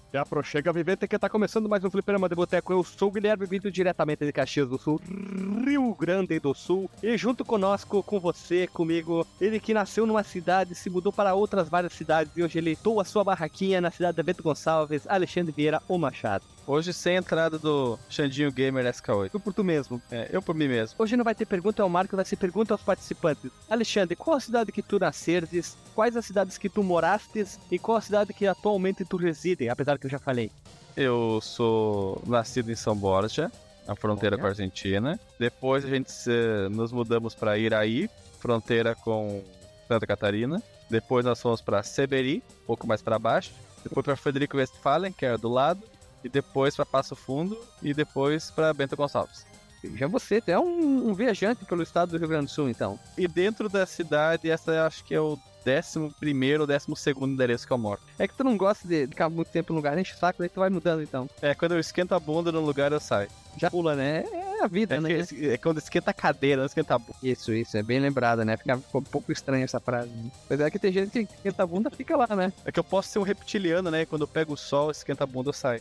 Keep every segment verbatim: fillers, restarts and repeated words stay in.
Já prochega, Vivente, que tá começando mais um Fliperama de Boteco. Eu sou o Guilherme, vindo diretamente de Caxias do Sul, Rio Grande do Sul. E junto conosco, com você, comigo, ele que nasceu numa cidade, se mudou para outras várias cidades e hoje ele toa a sua barraquinha na cidade de Bento Gonçalves, Alexandre Vieira, o Machado. Hoje sem entrada do Xandinho Gamer S K oito. Tu por tu mesmo. É, eu por mim mesmo. Hoje não vai ter pergunta ao Marco, vai ser pergunta aos participantes. Alexandre, qual a cidade que tu nascerdes? Quais as cidades que tu morastes? E qual a cidade que atualmente tu reside? Apesar que eu já falei. Eu sou nascido em São Borja, na fronteira Olha. com a Argentina. Depois a gente se, nos mudamos para Iraí, fronteira com Santa Catarina. Depois nós fomos para Seberi, um pouco mais para baixo. Depois para Frederico Westphalen, que era do lado. E depois para Passo Fundo. E depois para Bento Gonçalves. Já você é um, um viajante pelo estado do Rio Grande do Sul, então. E dentro da cidade, essa eu acho que é o décimo primeiro ou décimo segundo endereço que eu moro. É que tu não gosta de ficar muito tempo no lugar, enche o saco, daí tu vai mudando, então. É, quando eu esquento a bunda num lugar, eu saio. Já pula, né? É a vida, É, né? que, é quando esquenta a cadeira, não esquenta a bunda. Isso, isso, é bem lembrada, né? Fica, ficou um pouco estranha essa frase. Né? Mas é que tem gente que esquenta a bunda, fica lá, né? É que eu posso ser um reptiliano, né? Quando eu pego o sol, esquenta a bunda, eu saio.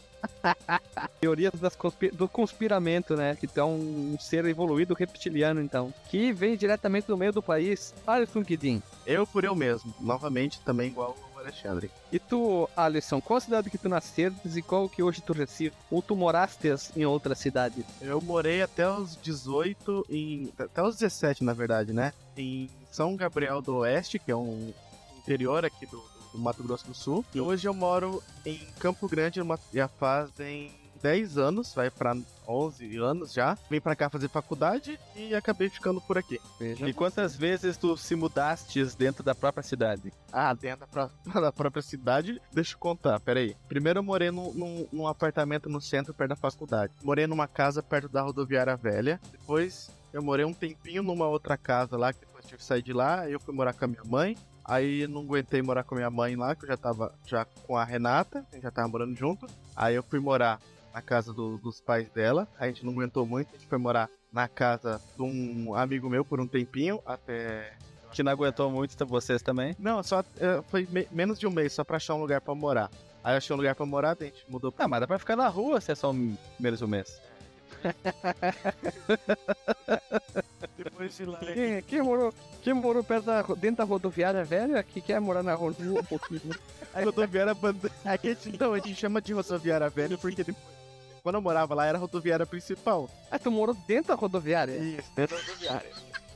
Teorias das conspi- do conspiramento, né? Que tu é um ser evoluído reptiliano, então. Que vem diretamente do meio do país. Alisson Guidin. Eu por eu mesmo, novamente também igual o Alexandre. E tu, Alisson, qual cidade que tu nasceres e qual que hoje tu reside? Ou tu morastes em outra cidade? Eu morei até os dezoito, em, até os dezessete na verdade, né? Em São Gabriel do Oeste, que é um interior aqui do, do Mato Grosso do Sul. E hoje eu moro em Campo Grande, numa- já fazem dez anos, vai pra onze anos já. Vim pra cá fazer faculdade e acabei ficando por aqui. Veja. E quantas vezes tu se mudastes dentro da própria cidade? Ah, dentro da, pró- da própria cidade, deixa eu contar, peraí. Primeiro eu morei num, num, num apartamento no centro, perto da faculdade. Morei numa casa perto da rodoviária velha. Depois eu morei um tempinho numa outra casa lá, que depois tive que sair de lá. Aí eu fui morar com a minha mãe. Aí não aguentei morar com a minha mãe lá, que eu já tava já com a Renata, a gente já tava morando junto. Aí eu fui morar na casa do- dos pais dela. A gente não aguentou muito, a gente foi morar na casa de um amigo meu por um tempinho, até... Que não aguentou muito, então vocês também. Não, só é, foi me- menos de um mês, só pra achar um lugar pra morar. Aí eu achei um lugar pra morar, daí a gente mudou pra... Ah, mas dá pra ficar na rua se é só um- menos de um mês. Depois de lá... Quem, quem morou, quem morou perto da, ro- dentro da rodoviária velha, que quer morar na rua um pouquinho. né? A rodoviária abandonada. Aqui a gente, não, a gente chama de rodoviária velha porque depois... Quando eu morava lá era a rodoviária principal. Ah, tu morou dentro da rodoviária? Isso, dentro da rodoviária.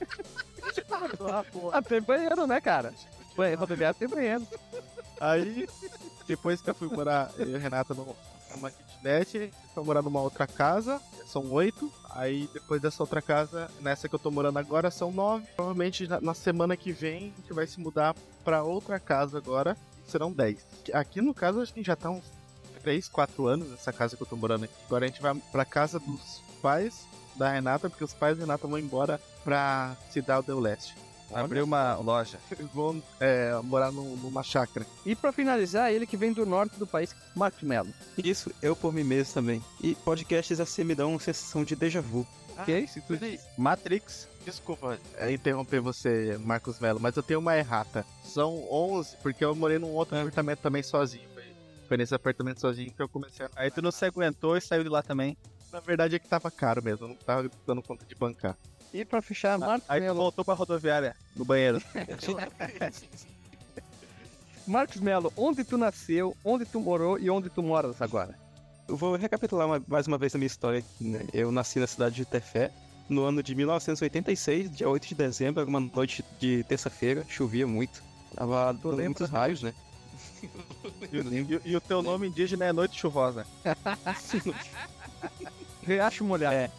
Ah, tem banheiro, né, cara? Banheiro, rodoviária tem banheiro. Aí, depois que eu fui morar, eu e a Renata no- numa kitnet, foi morar numa outra casa, são oito. Aí depois dessa outra casa, nessa que eu tô morando agora, são nove. Provavelmente na, na semana que vem a gente vai se mudar pra outra casa agora, serão dez. Aqui no caso, acho que já tá uns três, quatro anos essa casa que eu tô morando aqui. Agora a gente vai pra casa dos pais da Renata, porque os pais da Renata vão embora pra Cidade do Leste. Abriu uma loja. Eles vão é, morar no- numa chácara. E pra finalizar, ele que vem do norte do país, Marcos Melo. Isso, eu por mim mesmo também. E podcasts assim me dão uma sensação de déjà vu. Ok? Se tu... Matrix. Desculpa é, interromper você, Marcos Melo, mas eu tenho uma errata. São onze, porque eu morei num outro apartamento também sozinho. Foi, foi nesse apartamento sozinho que eu comecei a... Aí tu não se aguentou e saiu de lá também. Na verdade é que tava caro mesmo, eu não tava dando conta de bancar. E pra fechar, Marcos Aí tu Melo. voltou pra rodoviária, no banheiro. Marcos Melo, onde tu nasceu, onde tu morou e onde tu moras agora? Eu vou recapitular uma- mais uma vez a minha história aqui, né? Eu nasci na cidade de Tefé, no ano de mil novecentos e oitenta e seis, dia oito de dezembro, era uma noite de terça-feira, chovia muito. Tava dando lembra? muitos raios, né? E, e o teu nome indígena é Noite Chuvosa. Riacho molhado. É.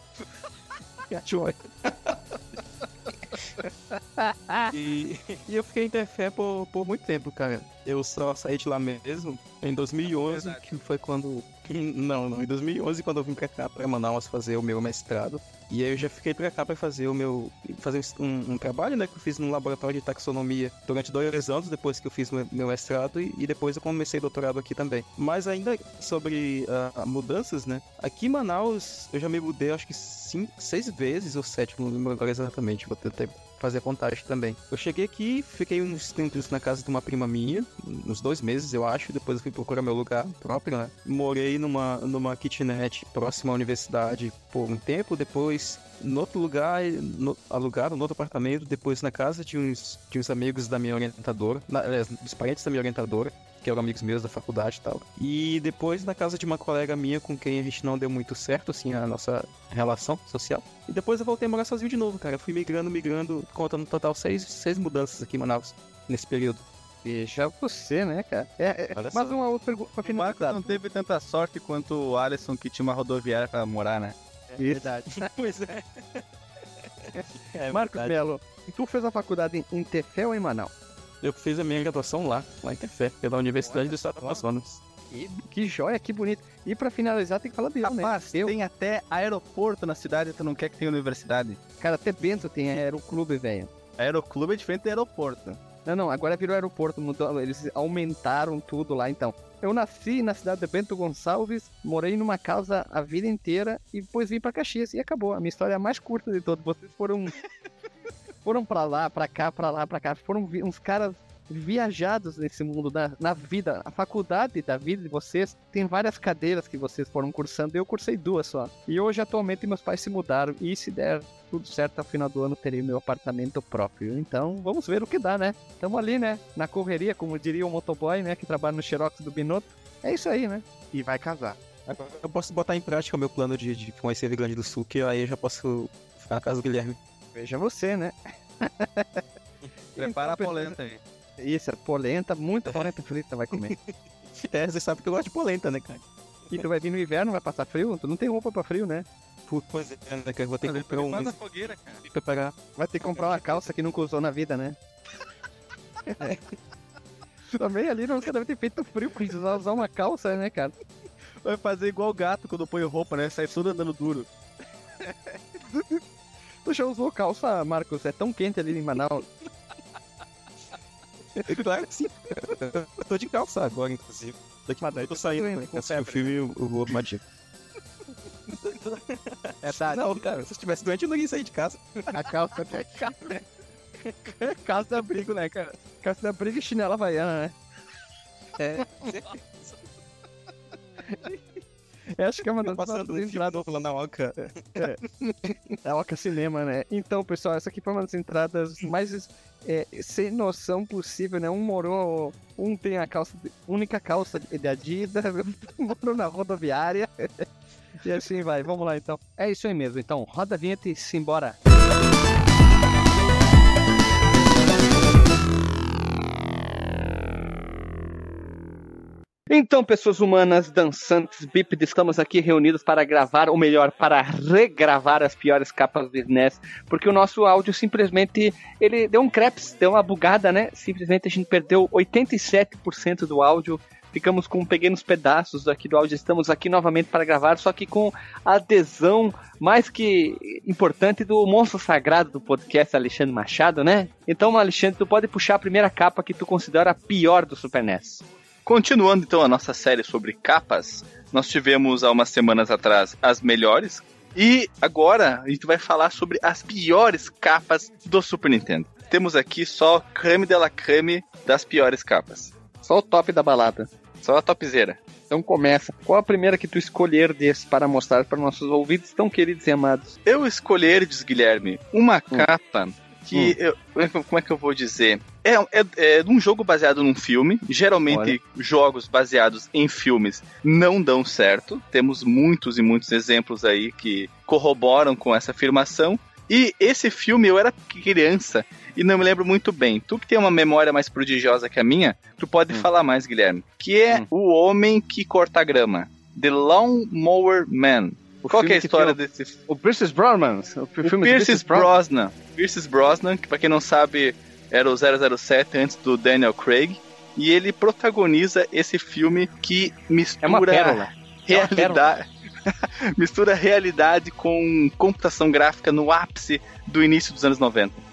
E, e eu fiquei em Tefé por, por muito tempo, cara. Eu só saí de lá mesmo em dois mil e onze, Verdade. que foi quando... Não, não, em dois mil e onze, quando eu vim pra cá, pra Manaus, fazer o meu mestrado. E aí eu já fiquei pra cá pra fazer o meu... Fazer um, um trabalho, né, que eu fiz no laboratório de taxonomia durante dois anos, depois que eu fiz meu, meu mestrado, e, e depois eu comecei doutorado aqui também. Mas ainda sobre ah, mudanças, né, aqui em Manaus eu já me mudei, acho que cinco, seis vezes ou sete, não lembro agora exatamente, vou tentar fazer a contagem também. Eu cheguei aqui, fiquei uns tempos na casa de uma prima minha, uns dois meses, eu acho. Depois eu fui procurar meu lugar próprio, né? Morei numa, numa kitnet próxima à universidade por um tempo. Depois, no outro lugar, no, alugado, no outro apartamento. Depois na casa de uns, de uns amigos da minha orientadora. Na, aliás, dos parentes da minha orientadora, que eram amigos meus da faculdade e tal. E depois na casa de uma colega minha com quem a gente não deu muito certo, assim, a nossa relação social. E depois eu voltei a morar sozinho de novo, cara. Eu fui migrando, migrando, contando no total seis, seis mudanças aqui em Manaus, nesse período. Veja você, né, cara? É, é, Olha mas só. uma outra pergunta pra O Marcos finalizar. não teve tanta sorte quanto o Alisson, que tinha uma rodoviária pra morar, né? É verdade. Pois é. É Marcos verdade. Melo, tu fez a faculdade em, em Tefé ou em Manaus? Eu fiz a minha graduação lá, lá em Tefé, pela Universidade do Estado do Amazonas. Que, que joia, que bonito. E pra finalizar, tem que falar de eu, né? Rapaz, Eu, tem até aeroporto na cidade, tu não quer que tenha universidade? cara, até Bento tem aeroclube, velho. Aeroclube é diferente do aeroporto. Não, não, agora virou aeroporto, mudou, eles aumentaram tudo lá, então. Eu nasci na cidade de Bento Gonçalves, morei numa casa a vida inteira e depois vim pra Caxias e acabou. A minha história é a mais curta de todas. Vocês foram foram pra lá, pra cá, pra lá, pra cá. Foram vi- uns caras viajados nesse mundo, na, na vida. A faculdade da vida de vocês tem várias cadeiras que vocês foram cursando. Eu cursei duas só. E hoje, atualmente, meus pais se mudaram. E se der tudo certo, ao final do ano terei meu apartamento próprio. Então, vamos ver o que dá, né? Tamo ali, né? Na correria, como diria o motoboy, né? Que trabalha no Xerox do Binotto. É isso aí, né? E vai casar. Agora eu posso botar em prática o meu plano de, de conhecer Rio Grande do Sul, que aí eu já posso ficar na casa do Guilherme. Veja você, né? Prepara a Então, polenta aí. Isso, é polenta, muita polenta frita vai comer. É, você sabe que eu gosto de polenta, né, cara? E tu vai vir no inverno, vai passar frio? Tu não tem roupa pra frio, né? Puta, pois é, né, cara? Eu vou ter que comprar um Faz a fogueira, cara. pra preparar. Vai ter que comprar uma calça que nunca usou na vida, né? Também ali não deve ter feito frio, precisar usar uma calça, né, cara? Vai fazer igual o gato quando põe roupa, né? Sai tudo andando duro. Tu já usou calça, Marcos? É tão quente ali em Manaus. Claro que sim. Eu tô de calça agora, inclusive. Daqui a pouco eu tô saindo doendo, pra com assistir o filme e eu eu vou arrumar dica. É tá, Não, cara, se eu estivesse doente eu não ia sair de casa. a calça é calça, né? Calça de abrigo, né, cara? Calça de abrigo e chinela havaiana, né? É, Eu acho que é uma das passando nossas um filme entradas. novo lá na Oca. É Oca Cinema, né? Então, pessoal, essa aqui foi uma das entradas mais é, sem noção possível, né? Um morou, um tem a calça, de- única calça de Adidas, morou na rodoviária. E assim vai, vamos lá então. É isso aí mesmo, então, roda a vinheta e simbora. Então, pessoas humanas, dançantes, bípedes, estamos aqui reunidos para gravar, ou melhor, para regravar as piores capas do S N E S, porque o nosso áudio simplesmente, ele deu um creps, deu uma bugada, né? Simplesmente a gente perdeu oitenta e sete por cento do áudio, ficamos com pequenos pedaços aqui do áudio, estamos aqui novamente para gravar, só que com a adesão mais que importante do monstro sagrado do podcast, Alexandre Machado, né? Então, Alexandre, tu pode puxar a primeira capa que tu considera a pior do Super N E S. Continuando então a nossa série sobre capas, nós tivemos há umas semanas atrás as melhores, e agora a gente vai falar sobre as piores capas do Super Nintendo. Temos aqui só creme de la creme das piores capas. Só o top da balada. Só a topzera. Então começa. Qual a primeira que tu escolher desse para mostrar para nossos ouvidos tão queridos e amados? Eu escolher, diz Guilherme, uma capa que... Hum. Eu, como, é que, como é que eu vou dizer? É, é, é um jogo baseado num filme. Geralmente, Olha. jogos baseados em filmes não dão certo. Temos muitos e muitos exemplos aí que corroboram com essa afirmação. E esse filme, eu era criança e não me lembro muito bem. Tu que tem uma memória mais prodigiosa que a minha, tu pode Hum. falar mais, Guilherme. Que é Hum. O Homem que Corta a Grama. The Lawnmower Man. O Qual que filme é a que história tem desse filme? O Pierce Brosnan. O, O filme do Pierce Brosnan. Pierce Brosnan, que pra quem não sabe era o zero zero sete antes do Daniel Craig. E ele protagoniza esse filme que mistura É uma pérola. É uma realidade, mistura realidade com computação gráfica no ápice do início dos anos noventa.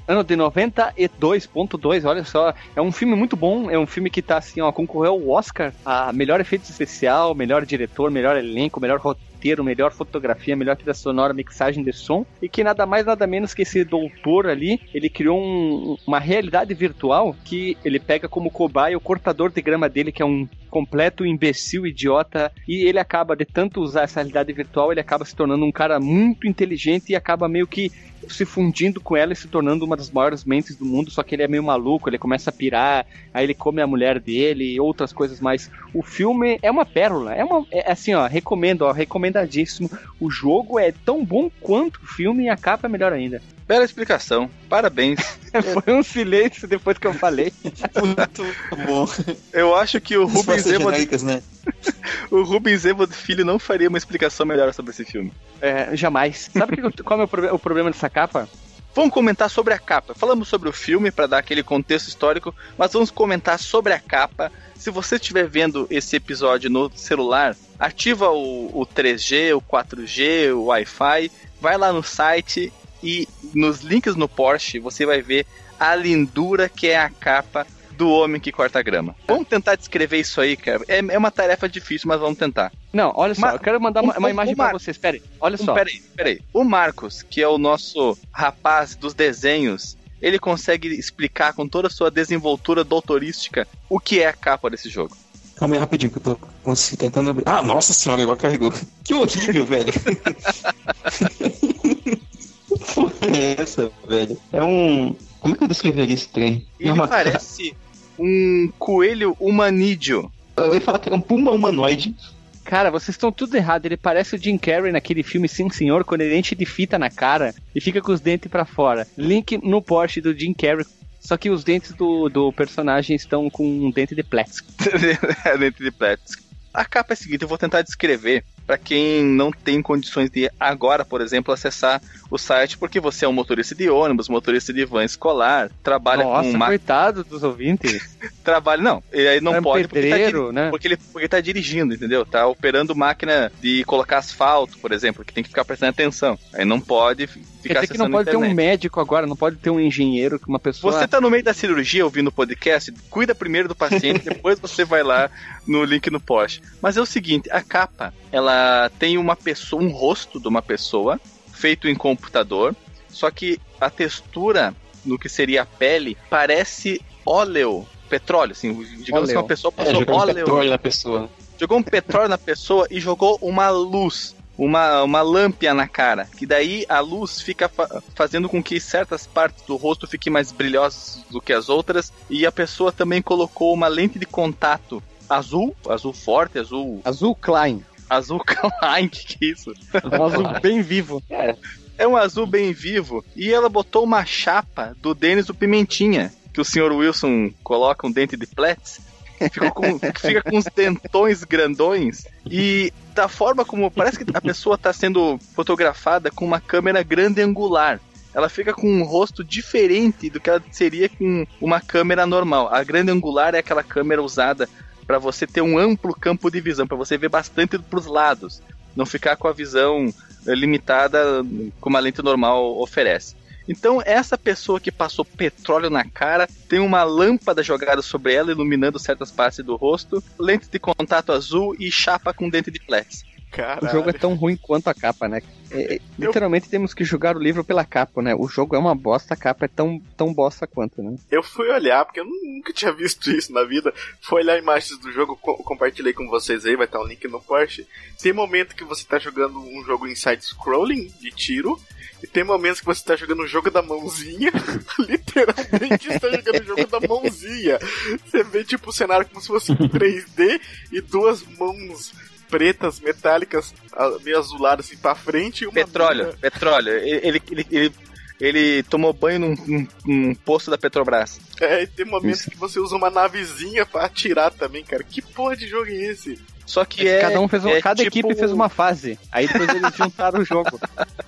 Ano de noventa e dois ponto dois, olha só. É um filme muito bom, é um filme que tá assim, ó, concorreu ao Oscar, a melhor efeito especial, melhor diretor, melhor elenco, melhor roteiro, melhor fotografia, melhor trilha sonora, mixagem de som, e que nada mais, nada menos que esse doutor ali, ele criou um, uma realidade virtual que ele pega como cobaia o cortador de grama dele, que é um completo imbecil, idiota, e ele acaba, de tanto usar essa realidade virtual, ele acaba se tornando um cara muito inteligente e acaba meio que se fundindo com ela e se tornando uma das maiores mentes do mundo, só que ele é meio maluco, ele começa a pirar, aí ele come a mulher dele e outras coisas mais. O filme é uma pérola, é uma, é assim, ó, recomendo, ó, recomendadíssimo. O jogo é tão bom quanto o filme e a capa é melhor ainda. Bela explicação, parabéns. Foi um silêncio depois que eu falei. Muito bom. Eu acho que o Rubens Evod... né? o Rubens Evod Filho não faria uma explicação melhor sobre esse filme. É, jamais. Sabe que, qual é o, pro... o problema dessa capa? Vamos comentar sobre a capa. Falamos sobre o filme para dar aquele contexto histórico, mas vamos comentar sobre a capa. Se você estiver vendo esse episódio no celular, ativa o, o três G, o quatro G, o Wi-Fi, vai lá no site e nos links no Porsche você vai ver a lindura que é a capa do Homem que Corta Grama. Vamos tentar descrever isso aí, cara. É, é uma tarefa difícil, mas vamos tentar. Não, olha só, Mas, eu quero mandar um, uma, uma um, imagem um pra Mar... vocês. Peraí, olha um, só. Peraí, peraí. O Marcos, que é o nosso rapaz dos desenhos, ele consegue explicar com toda a sua desenvoltura doutorística o que é a capa desse jogo. Calma aí rapidinho que eu tô tentando abrir. Ah, nossa senhora, agora carregou. Que horrível, velho. Que porra é essa, velho? É um... Como é que eu descreveria esse trem? Ele é uma... parece um coelho humanídeo. Eu ia falar que era um puma humanoide. Cara, vocês estão tudo errado. Ele parece o Jim Carrey naquele filme Sim Senhor, quando ele enche de fita na cara e fica com os dentes pra fora. Link no Porsche do Jim Carrey. Só que os dentes do, do personagem estão com um dente de plástico. Dente de plástico. A capa é a seguinte, eu vou tentar descrever para quem não tem condições de agora, por exemplo, acessar o site, porque você é um motorista de ônibus, motorista de van escolar, trabalha Nossa, com... Nossa, coitado dos ouvintes. Trabalha, não, ele aí não é um pode pedreiro, porque, tá, né? porque, ele, porque ele tá dirigindo, entendeu? Tá operando máquina de colocar asfalto, por exemplo, que tem que ficar prestando atenção. Aí não pode ficar acessando que não pode ter um médico agora, não pode ter um engenheiro, uma pessoa... Você tá no meio da cirurgia ouvindo o podcast, cuida primeiro do paciente, depois você vai lá no link no post. Mas é o seguinte, a capa, ela tem uma pessoa, um rosto de uma pessoa, feito em computador, só que a textura no que seria a pele parece óleo, petróleo, assim, digamos óleo. que uma pessoa passou é, jogou óleo, um petróleo na pessoa. Jogou um petróleo na pessoa e jogou uma luz, uma, uma lâmpada na cara, que daí a luz fica fa- fazendo com que certas partes do rosto fiquem mais brilhosas do que as outras, e a pessoa também colocou uma lente de contato azul, azul forte, azul... Azul Klein. Azul Klein, que que é isso? Um azul bem vivo. É. É um azul bem vivo. E ela botou uma chapa do Denis do Pimentinha, que o senhor Wilson coloca um dente de Pletz. Fica com, fica com uns dentões grandões. E da forma como... Parece que a pessoa está sendo fotografada com uma câmera grande angular. Ela fica com um rosto diferente do que ela seria com uma câmera normal. A grande angular é aquela câmera usada para você ter um amplo campo de visão, para você ver bastante para os lados, não ficar com a visão limitada como a lente normal oferece. Então essa pessoa que passou petróleo na cara tem uma lâmpada jogada sobre ela, iluminando certas partes do rosto, lente de contato azul e chapa com dente de plástico. Caralho. O jogo é tão ruim quanto a capa, né? É, literalmente eu... temos que julgar o livro pela capa, né? O jogo é uma bosta, a capa é tão, tão bosta quanto, né? Eu fui olhar, porque eu nunca tinha visto isso na vida. Fui olhar imagens do jogo, co- compartilhei com vocês aí, vai estar um link no Porsche. Tem momento que você tá jogando um jogo em side-scrolling, de tiro, e tem momentos que você tá jogando um jogo da mãozinha. Literalmente você tá jogando o jogo da mãozinha. Você vê tipo o cenário como se fosse em três D e duas mãos pretas, metálicas, meio azuladas assim pra frente e uma petróleo, mina... petróleo. Ele, ele, ele, ele tomou banho num, num, num posto da Petrobras. É, e tem momentos Isso. que você usa uma navezinha pra atirar também, cara. Que porra de jogo é esse? Só que é... Cada um fez uma, é cada tipo... equipe fez uma fase. Aí depois eles juntaram o jogo.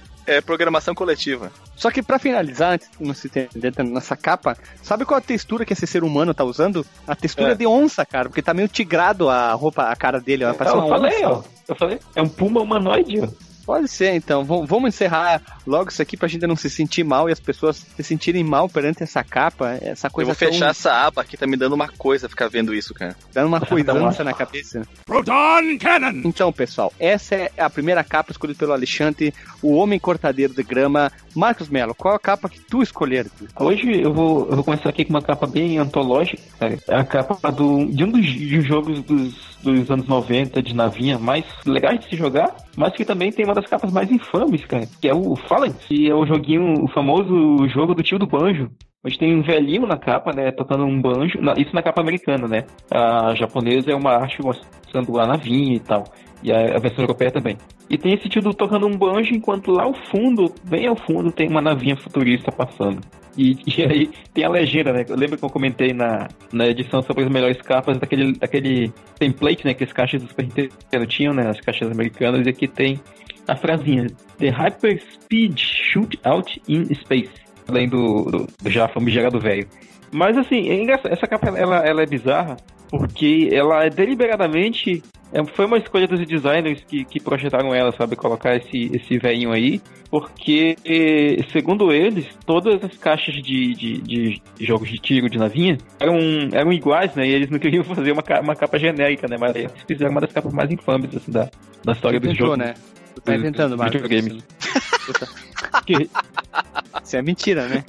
É programação coletiva. Só que pra finalizar, antes de não se entender nessa capa, sabe qual a textura que esse ser humano tá usando? A textura é. de onça, cara, porque tá meio tigrado a roupa, a cara dele, ó, parece eu uma falei, onça. Ó, eu falei, é um puma humanoide, ó. Pode ser, então. V- vamos encerrar logo isso aqui pra gente não se sentir mal e as pessoas se sentirem mal perante essa capa, essa coisa Eu vou fechar tão... essa aba aqui, tá me dando uma coisa ficar vendo isso, cara. dando uma coisança na cabeça. Proton Cannon! Então, pessoal, essa é a primeira capa escolhida pelo Alexandre, o Homem Cortadeiro de Grama. Marcos Melo, qual a capa que tu escolher? Hoje eu vou, eu vou começar aqui com uma capa bem antológica, cara. É a capa do, de um dos, dos jogos dos, dos anos noventa de navinha mais legais de se jogar, mas que também tem uma das capas mais infames, cara, que é o Fallen, que é o joguinho, o famoso jogo do tio do banjo. Onde tem um velhinho na capa, né, tocando um banjo, na, isso na capa americana, né. A japonesa é uma arte mostrando a navinha e tal, e a, a versão europeia também. E tem esse tio tocando um banjo, enquanto lá ao fundo, bem ao fundo, tem uma navinha futurista passando. E, e aí tem a legenda, né? Eu lembro que eu comentei na, na edição sobre as melhores capas daquele, daquele template, né, que as caixas do Super Nintendo tinham, né, as caixas americanas, e aqui tem a frasinha: The Hyperspeed Shootout in Space. Além do, do, do já famigerado velho. Mas assim, é engraçado. Essa capa ela, ela é bizarra porque ela é deliberadamente. É, foi uma escolha dos designers que, que projetaram ela, sabe? Colocar esse, esse velhinho aí. Porque, segundo eles, todas as caixas de, de, de jogos de tiro de navinha eram, eram iguais, né? E eles não queriam fazer uma, uma capa genérica, né? Mas eles fizeram uma das capas mais infames assim, da, da história dos jogos. Né? Tu tá inventando, Marcos. Videogames. Que... Isso é mentira, né?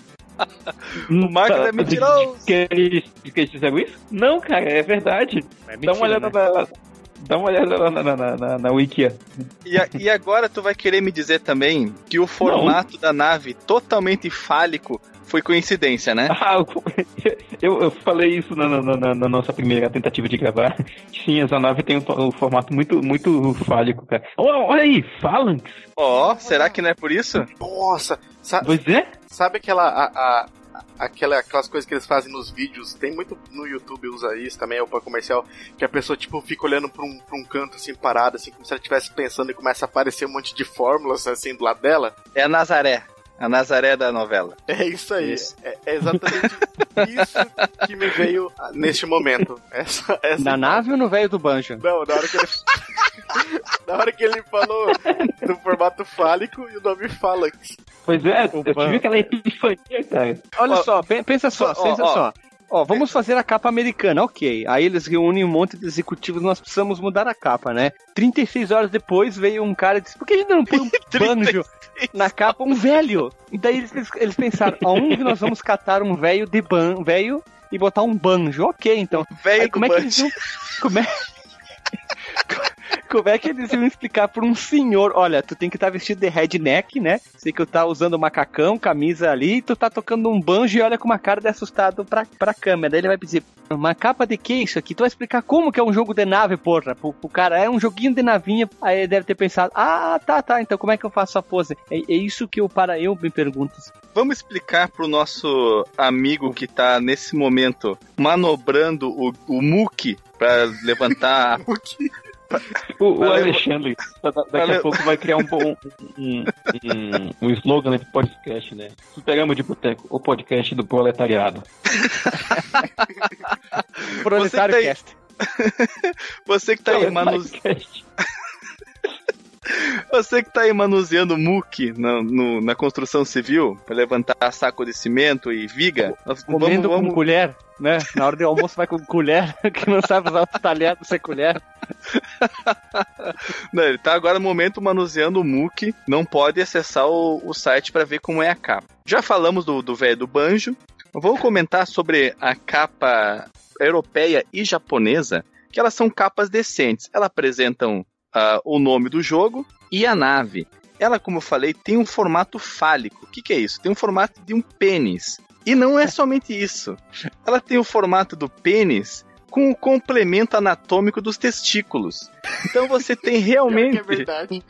O Marcos é mentiroso. Que eles, que eles fizeram isso? Não, cara, é verdade. É mentira, dá uma olhada né? na, dá uma olhada lá na, na, na, na, na Wiki. E, a, e agora tu vai querer me dizer também que o formato não. da nave totalmente fálico foi coincidência, né? Ah, eu, eu falei isso na, na, na, na nossa primeira tentativa de gravar. Sim, essa nave tem um, um formato muito, muito fálico, cara. Olha, olha aí, Phalanx. Ó, oh, será que não é por isso? Nossa, sabe, pois é? Sabe aquela, a, a, aquela, aquelas coisas que eles fazem nos vídeos? Tem muito no YouTube, usa isso também, é o para comercial, que a pessoa, tipo, fica olhando pra um, pra um canto, assim, parada, assim, como se ela estivesse pensando e começa a aparecer um monte de fórmulas, assim, do lado dela. É a Nazaré. A Nazaré da novela. É isso aí. Isso. É, é exatamente isso que me veio neste momento. Essa, essa na nave ou no velho do banjo? Não, na hora que ele... na hora que ele falou do formato fálico e o nome Phalanx. Pois é, eu tive aquela epifania, cara. Olha ó, só, pensa só, ó, pensa ó, só. Ó, vamos fazer a capa americana, ok. Aí eles reúnem um monte de executivos, nós precisamos mudar a capa, né? trinta e seis horas depois veio um cara e disse: por que a gente não põe um banjo na capa, um velho? E daí eles, eles pensaram: aonde nós vamos catar um velho de ban, velho e botar um banjo? Ok, então. Velho como é que eles iam, como é Como é que eles iam explicar pra um senhor: olha, tu tem que estar vestido de redneck, né? Sei que tu tá usando macacão, camisa ali, e tu tá tocando um banjo e olha com uma cara de assustado pra, pra câmera. Daí ele vai pedir: uma capa de que isso aqui? Tu vai explicar como que é um jogo de nave, porra? Pro, pro cara, é um joguinho de navinha. Aí ele deve ter pensado: ah, tá, tá, então como é que eu faço a pose? É, é isso que eu, para eu, me pergunto. Vamos explicar pro nosso amigo que tá, nesse momento, manobrando o, o Muki pra levantar... O, o Alexandre, daqui Valeu. a pouco vai criar um bom um, um, um slogan do podcast, né? Superama de Boteco, o podcast do proletariado. Proletário Você Cast. Você que tá aí manuseando. Você que tá aí manuseando muque na, no, na construção civil pra levantar saco de cimento e viga. Nós comendo vamos, vamos... com colher, né? Na hora do almoço vai com colher, que não sabe usar o talhado sem colher. Não, ele tá agora no momento manuseando o muque, não pode acessar o, o site pra ver como é a capa. Já falamos do, do velho do banjo. Vamos comentar sobre a capa europeia e japonesa, que elas são capas decentes. Elas apresentam Uh, o nome do jogo e a nave. Ela, como eu falei, tem um formato fálico. O que, que é isso? Tem um formato de um pênis. E não é somente isso. Ela tem o formato do pênis com o complemento anatômico dos testículos. Então você tem realmente... É verdade.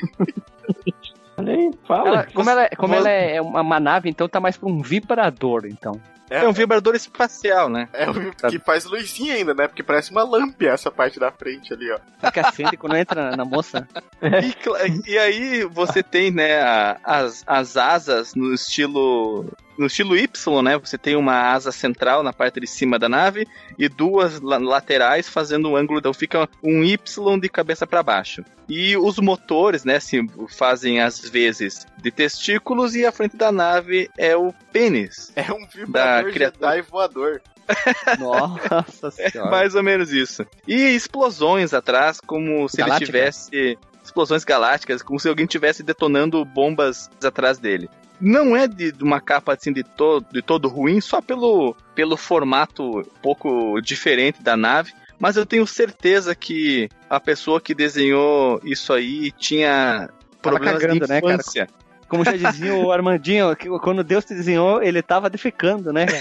Fala. Ela, como ela, como ela é uma nave, então tá mais pra um vibrador, então. É, é um vibrador espacial, né? É o que faz luzinha ainda, né? Porque parece uma lâmpada essa parte da frente ali, ó. Que acende quando entra na, na moça. E, e aí você tem, né, a, as, as asas no estilo no estilo Y, né? Você tem uma asa central na parte de cima da nave e duas la- laterais fazendo um ângulo, então fica um Y de cabeça para baixo. E os motores, né, assim, fazem às vezes de testículos e a frente da nave é o pênis. É um vibrador Jedi voador. Nossa É senhora. mais ou menos isso. E explosões atrás, como se Galáctica? ele tivesse... Explosões galácticas, como se alguém estivesse detonando bombas atrás dele. Não é de, de uma capa assim de, to, de todo ruim, só pelo, pelo formato um pouco diferente da nave. Mas eu tenho certeza que a pessoa que desenhou isso aí tinha Tava problemas cagando, de né, cara? infância. Como já dizia o Armandinho, que quando Deus te desenhou, ele tava defecando, né?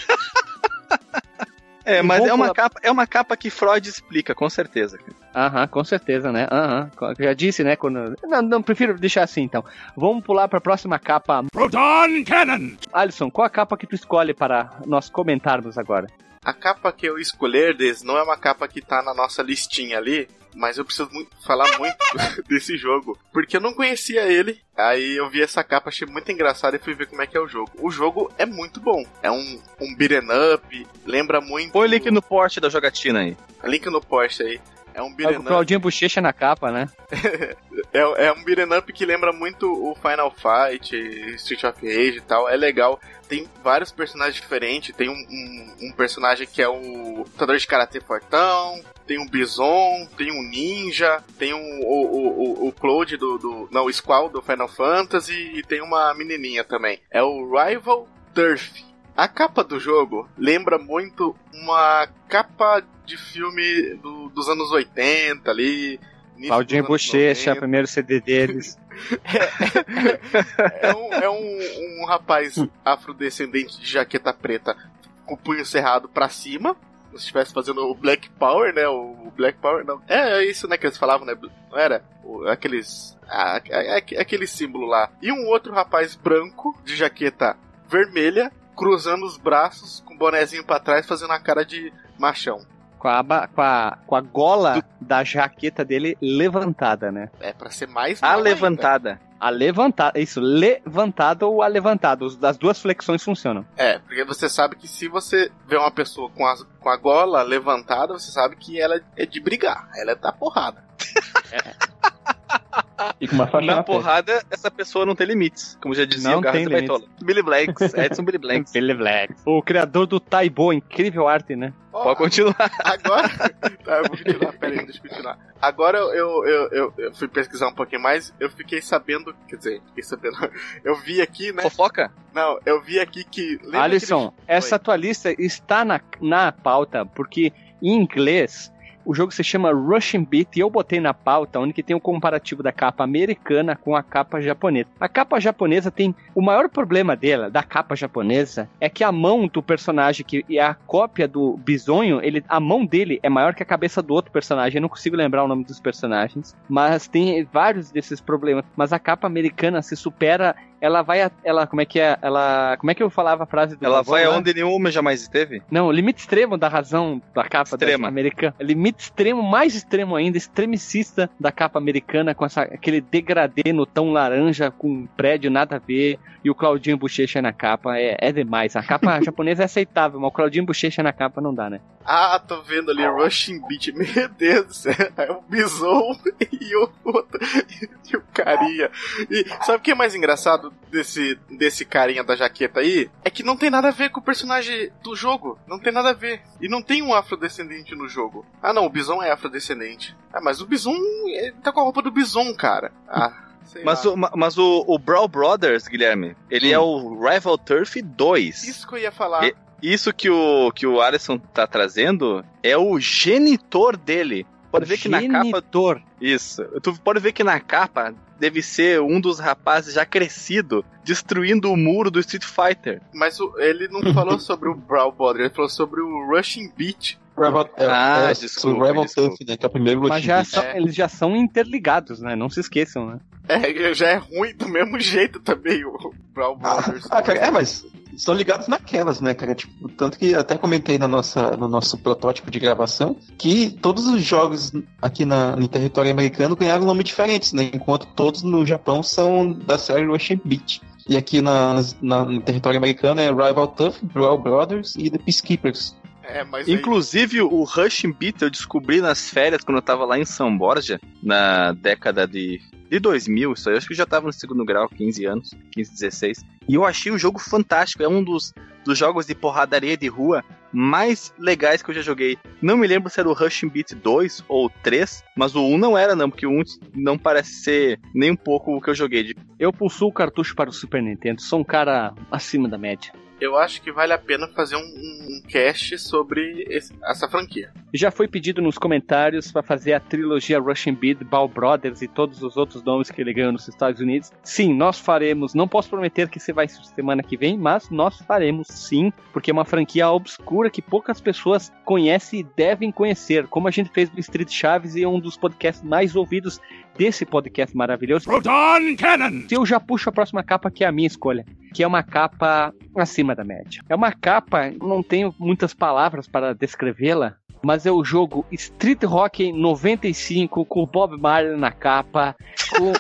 É, E mas vou é uma, pular- capa, é uma capa que Freud explica, com certeza. Aham, com certeza, né? Aham, já disse, né? Quando... Não, não, prefiro deixar assim, então. Vamos pular para a próxima capa. Proton Cannon! Alisson, qual a capa que tu escolhe para nós comentarmos agora? A capa que eu escolher, Des, não é uma capa que tá na nossa listinha ali, mas eu preciso muito, falar muito desse jogo, porque eu não conhecia ele, aí eu vi essa capa, achei muito engraçado e fui ver como é que é o jogo. O jogo é muito bom, é um, um beat'em up, lembra muito... Põe o link no post da jogatina aí. Link no post aí. É um É beat'em o up. Claudinho Bochecha na capa, né? É, é um beat'em up que lembra muito o Final Fight, Street of Rage e tal. É legal. Tem vários personagens diferentes. Tem um, um, um personagem que é o lutador de karatê fortão. Tem um Bison. Tem um Ninja. Tem um, o, o, o, o Cloud do, do... Não, o Squall do Final Fantasy. E tem uma menininha também. É o Rival Turf. A capa do jogo lembra muito uma capa de filme do, dos anos oitenta ali. Claudinho Bochecha, primeiro C D deles. É, um, é um, um rapaz afrodescendente de jaqueta preta com o punho cerrado pra cima. Se estivesse fazendo o Black Power, né? O Black Power, não. É, é isso, né, que eles falavam, né? Não era? O, aqueles... Ah, é, é, aquele símbolo lá. E um outro rapaz branco de jaqueta vermelha cruzando os braços com o bonezinho pra trás fazendo a cara de machão. Com a, aba- com a, com a gola da jaqueta dele levantada, né? É pra ser mais A mal ainda. levantada. A levantada, isso, levantada ou a levantada. Os- Das duas flexões funcionam. É, porque você sabe que se você vê uma pessoa com a, com a gola levantada, você sabe que ela é de brigar. Ela é da porrada. E com uma faixa Na na testa. porrada, essa pessoa não tem limites. Como já dizia Não o Garra tem do Baitola. Billy Blanks, Edson Billy Blanks. Billy Black. O criador do Taibo, incrível arte, né? Ó, Pode continuar. agora... tá, eu vou continuar, pera aí, deixa eu continuar. Agora eu, eu, eu, eu, eu fui pesquisar um pouquinho mais, eu fiquei sabendo... Quer dizer, fiquei sabendo... Eu vi aqui, né? Fofoca? Não, eu vi aqui que... lembra Alisson, aquele- essa Oi. tua lista está na, na pauta, porque em inglês o jogo se chama Russian Beat e eu botei na pauta onde que tem o comparativo da capa americana com a capa japonesa. A capa japonesa tem... O maior problema dela, da capa japonesa, é que a mão do personagem, que é a cópia do bisonho, ele, a mão dele é maior que a cabeça do outro personagem. Eu não consigo lembrar o nome dos personagens, mas tem vários desses problemas. Mas a capa americana se supera... Ela vai, a- ela, como é que é, ela, como é que eu falava a frase do Ela Galvão vai lá? aonde nenhum homem jamais esteve? Não, o limite extremo da razão da capa da Extrema. americana. Limite extremo, mais extremo ainda, extremicista da capa americana, com essa, aquele degradê no tom laranja, com um prédio nada a ver, e o Claudinho Bochecha na capa. É, é demais. A capa japonesa é aceitável, mas o Claudinho Bochecha na capa não dá, né? Ah, tô vendo ali Rushing Beat. Meu Deus do céu. É o Bison e o outro. E o carinha. E sabe o que é mais engraçado desse, desse carinha da jaqueta aí? É que não tem nada a ver com o personagem do jogo. Não tem nada a ver. E não tem um afrodescendente no jogo. Ah, não. O Bison é afrodescendente. Ah, mas o Bison ele tá com a roupa do Bison, cara. Ah. sei Mas, lá. o, ma- mas o, o Brawl Brothers, Guilherme, ele Hum. é o Rival Turf dois. Isso que eu ia falar. E- Isso que o, que o Alisson tá trazendo é o genitor dele. Pode ver que na capa... Genitor. Isso. Tu pode ver que na capa deve ser um dos rapazes já crescido, destruindo o muro do Street Fighter. Mas o- ele não falou sobre o Brawl Brother, ele falou sobre o Rushing Beat. Rival, é, Ah, é, desculpa, o Rival desculpa. Turf, né, que é o primeiro Mas Russian já Beat. são, É. eles já são interligados, né? Não se esqueçam, né? É, já é ruim do mesmo jeito também o Brawl Brothers. Ah, cara, é, mas estão ligados naquelas, né, cara? Tipo, tanto que até comentei na nossa, no nosso protótipo de gravação que todos os jogos aqui na, no território americano ganharam nomes diferentes, né? Enquanto todos no Japão são da série Russian Beat. E aqui na, na, no território americano é Rival Tough, Brawl Brothers e The Peacekeepers. É, mas Inclusive, aí... o Rushing Beat eu descobri nas férias, quando eu tava lá em São Borja, na década de, de dois mil, isso aí, eu acho que eu já tava no segundo grau, quinze anos, quinze, dezesseis. E eu achei o jogo fantástico, é um dos, dos jogos de porradaria de rua mais legais que eu já joguei. Não me lembro se era o Rushing Beat dois ou três, mas o um não era não, porque o um não parece ser nem um pouco o que eu joguei. Eu pulso o cartucho para o Super Nintendo, sou um cara acima da média. Eu acho que vale a pena fazer um, um cast sobre esse, essa franquia. Já foi pedido nos comentários para fazer a trilogia Rushing Beat, Ball Brothers e todos os outros nomes que ele ganhou nos Estados Unidos. Sim, nós faremos. Não posso prometer que você vai semana que vem, mas nós faremos sim, porque é uma franquia obscura que poucas pessoas conhecem e devem conhecer. Como a gente fez do Street Chaves e é um dos podcasts mais ouvidos desse podcast maravilhoso. Proton Cannon! Eu já puxo a próxima capa, que é a minha escolha, que é uma capa acima da média. É uma capa, não tenho muitas palavras para descrevê-la, mas é o jogo Street Hockey noventa e cinco com o Bob Marley na capa. Com...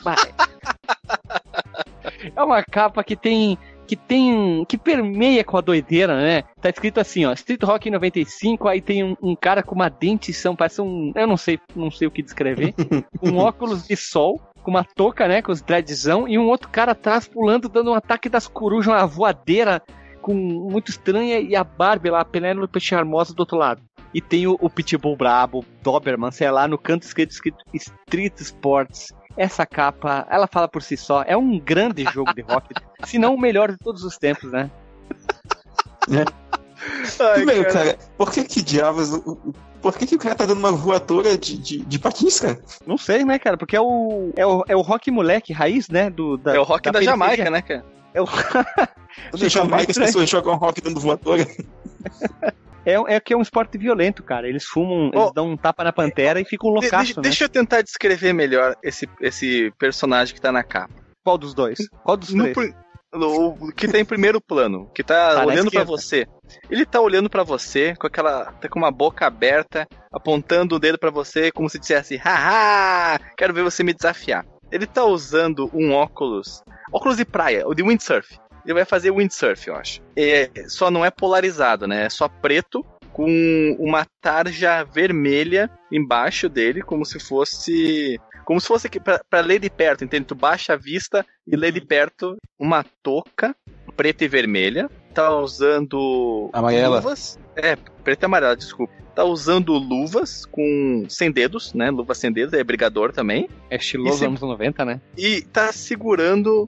é uma capa que tem... que tem, que permeia com a doideira, né? Tá escrito assim, ó, Street Hockey noventa e cinco, aí tem um, um cara com uma dentição, parece um, eu não sei, não sei o que descrever, um óculos de sol, com uma touca, né, com os dreadzão, e um outro cara atrás pulando, dando um ataque das corujas, uma voadeira com muito estranha, e a Barbie lá, a Penélope Charmosa do outro lado. E tem o, o Pitbull brabo, Doberman, sei lá, no canto escrito, escrito Street Sports. Essa capa, ela fala por si só, é um grande jogo de rock, se não o melhor de todos os tempos, né? É. Ai, Primeiro, cara... cara, por que que diabos... Por que que o cara tá dando uma voadora de, de, de patins, cara? Não sei, né, cara? Porque é o, é o, é o rock moleque raiz, né? Do, da, é o rock da, da Jamaica, né, cara? É o... Na Jamaica as pessoas jogam rock dando voadora. É, é que é um esporte violento, cara. Eles fumam, oh, eles dão um tapa na pantera e ficam loucaço, de, de, né? Deixa eu tentar descrever melhor esse, esse personagem que tá na capa. Qual dos dois? Qual dos no, três? No, o que tá em primeiro plano, que tá, tá olhando pra você. Ele tá olhando pra você com aquela... tá com uma boca aberta, apontando o dedo pra você como se dissesse, haha, quero ver você me desafiar. Ele tá usando um óculos, óculos de praia, o de windsurf. Ele vai fazer windsurf, eu acho. É, só não é polarizado, né? É só preto com uma tarja vermelha embaixo dele, como se fosse... Como se fosse pra, pra ler de perto, entende? Tu baixa a vista e lê de perto uma touca preta e vermelha. Tá usando amarela. Luvas. É, preta e amarela, desculpa. Tá usando luvas com sem dedos, né? Luvas sem dedos, é brigador também. É estiloso se... anos noventa, né? E tá segurando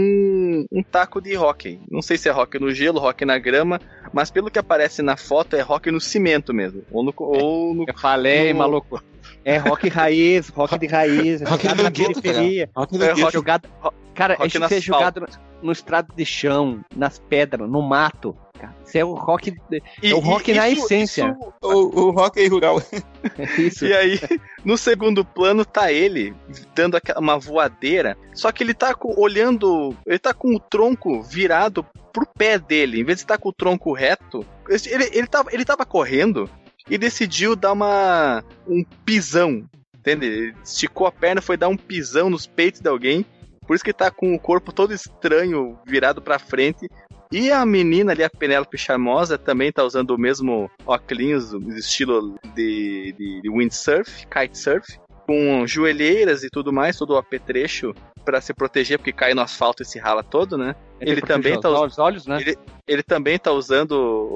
um, um taco de hóquei. Não sei se é hóquei no gelo, hóquei na grama, mas pelo que aparece na foto é hóquei no cimento mesmo. Ou no... Ou no Eu falei, no... maluco. É rock raiz, rock de raiz, rock na periferia. Rock é rock jogado, rock, cara, rock é jogado no, no estrado de chão, nas pedras, no mato. Cara. Isso é o rock, e, é o rock e, na isso, essência. Isso, o, o rock é rural. É isso. E aí, no segundo plano tá ele dando uma voadeira, só que ele tá com, olhando, ele tá com o tronco virado pro pé dele, em vez de estar com o tronco reto, ele, ele, tava, ele tava correndo e decidiu dar uma um pisão, entende? Ele esticou a perna, foi dar um pisão nos peitos de alguém, por isso que ele tá com o corpo todo estranho, virado pra frente. E a menina ali, a Penélope Charmosa, também tá usando o mesmo óculos, estilo de, de, de windsurf, kitesurf, com joelheiras e tudo mais, todo o apetrecho pra se proteger, porque cai no asfalto e se rala todo, né? Ele, ele também tá os olhos, né? Ele, ele também tá usando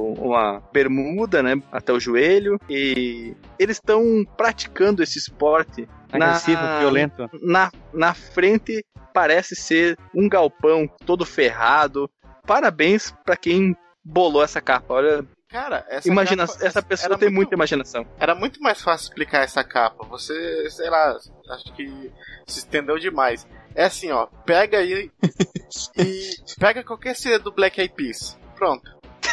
uma bermuda, né, até o joelho, e eles estão praticando esse esporte agressivo, na, violento. Na, na frente parece ser um galpão todo ferrado. Parabéns pra quem bolou essa capa. Olha, cara, essa, imagina, capa, essa pessoa tem muito, muita imaginação. Era muito mais fácil explicar essa capa. Você, sei lá, acho que se estendeu demais. É assim, ó, pega aí e pega qualquer cena do Black Eyed Peas. Pronto.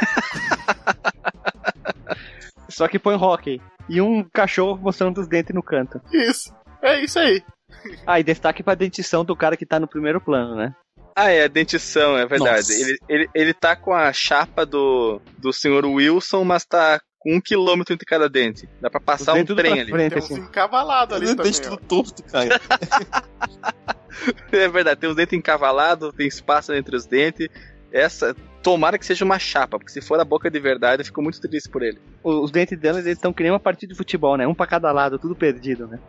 Só que põe rock e um cachorro mostrando os dentes no canto. Isso, é isso aí. Ah, e destaque pra dentição do cara que tá no primeiro plano, né? Ah, é, a dentição, é verdade. Ele, ele, ele tá com a chapa do, do senhor Wilson, mas tá com um quilômetro entre cada dente. Dá pra passar um trem ali. Frente, tem uns assim. Encavalados ali também. Dente tudo torto, cara. É verdade, tem os dentes encavalados, tem espaço entre os dentes. Essa, tomara que seja uma chapa, porque se for a boca de verdade, eu fico muito triste por ele. Os dentes delas, eles estão que nem uma partida de futebol, né? Um pra cada lado, tudo perdido, né?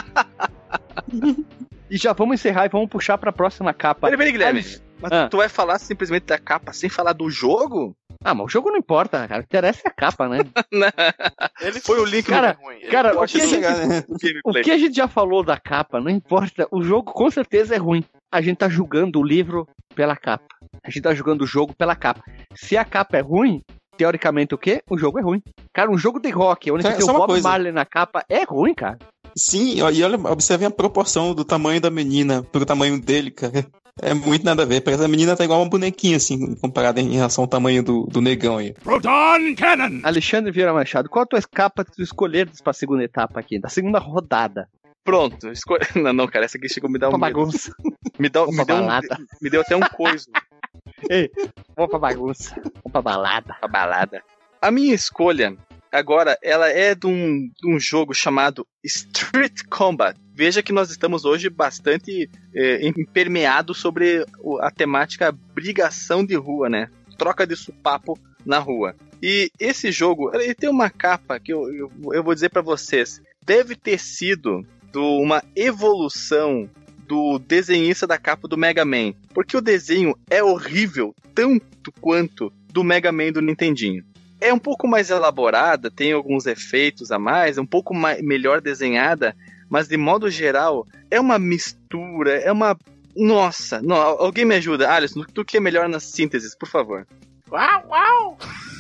E já vamos encerrar e vamos puxar pra próxima capa. Peraí, peraí, Guilherme. Mas, Mas ah. tu vai falar simplesmente da capa sem falar do jogo? Ah, mas o jogo não importa, cara. O que interessa é a capa, né? Ele Foi o link, cara. ruim. Cara, o pode que, a gente, chegar, né? o que a gente já falou da capa, não importa. O jogo com certeza é ruim. A gente tá julgando o livro pela capa. A gente tá julgando o jogo pela capa. Se a capa é ruim, teoricamente o quê? O jogo é ruim. Cara, um jogo de rock, onde Só- você tem só o uma Bob coisa. Marley na capa, é ruim, cara. Sim, ó, e olha, observem a proporção do tamanho da menina pro tamanho dele, cara. É muito nada a ver. Parece que a menina tá igual uma bonequinha, assim, comparada em relação ao tamanho do, do negão aí. Alexandre Vieira Machado, qual a tua capa que tu escolheres pra segunda etapa aqui, da segunda rodada? Pronto, escolhe. Não, não, cara, essa aqui chegou a me dar um Uma medo. bagunça. Me, dá, Uma me, deu um, balada. me deu até um coiso. Ei, vamos pra bagunça. Vamos pra balada. A balada. A minha escolha, agora, ela é de um, de um jogo chamado Street Combat. Veja que nós estamos hoje bastante é, impermeados sobre o- a temática brigação de rua, né? Troca de supapo na rua. E esse jogo, ele tem uma capa que eu, eu, eu vou dizer pra vocês, deve ter sido de uma evolução do desenhista da capa do Mega Man. Porque o desenho é horrível, tanto quanto do Mega Man do Nintendinho. É um pouco mais elaborada, tem alguns efeitos a mais, é um pouco mais, melhor desenhada, mas de modo geral, é uma mistura, é uma... Nossa, não, alguém me ajuda. Alisson, tu que é melhor nas sínteses, por favor. Uau, uau!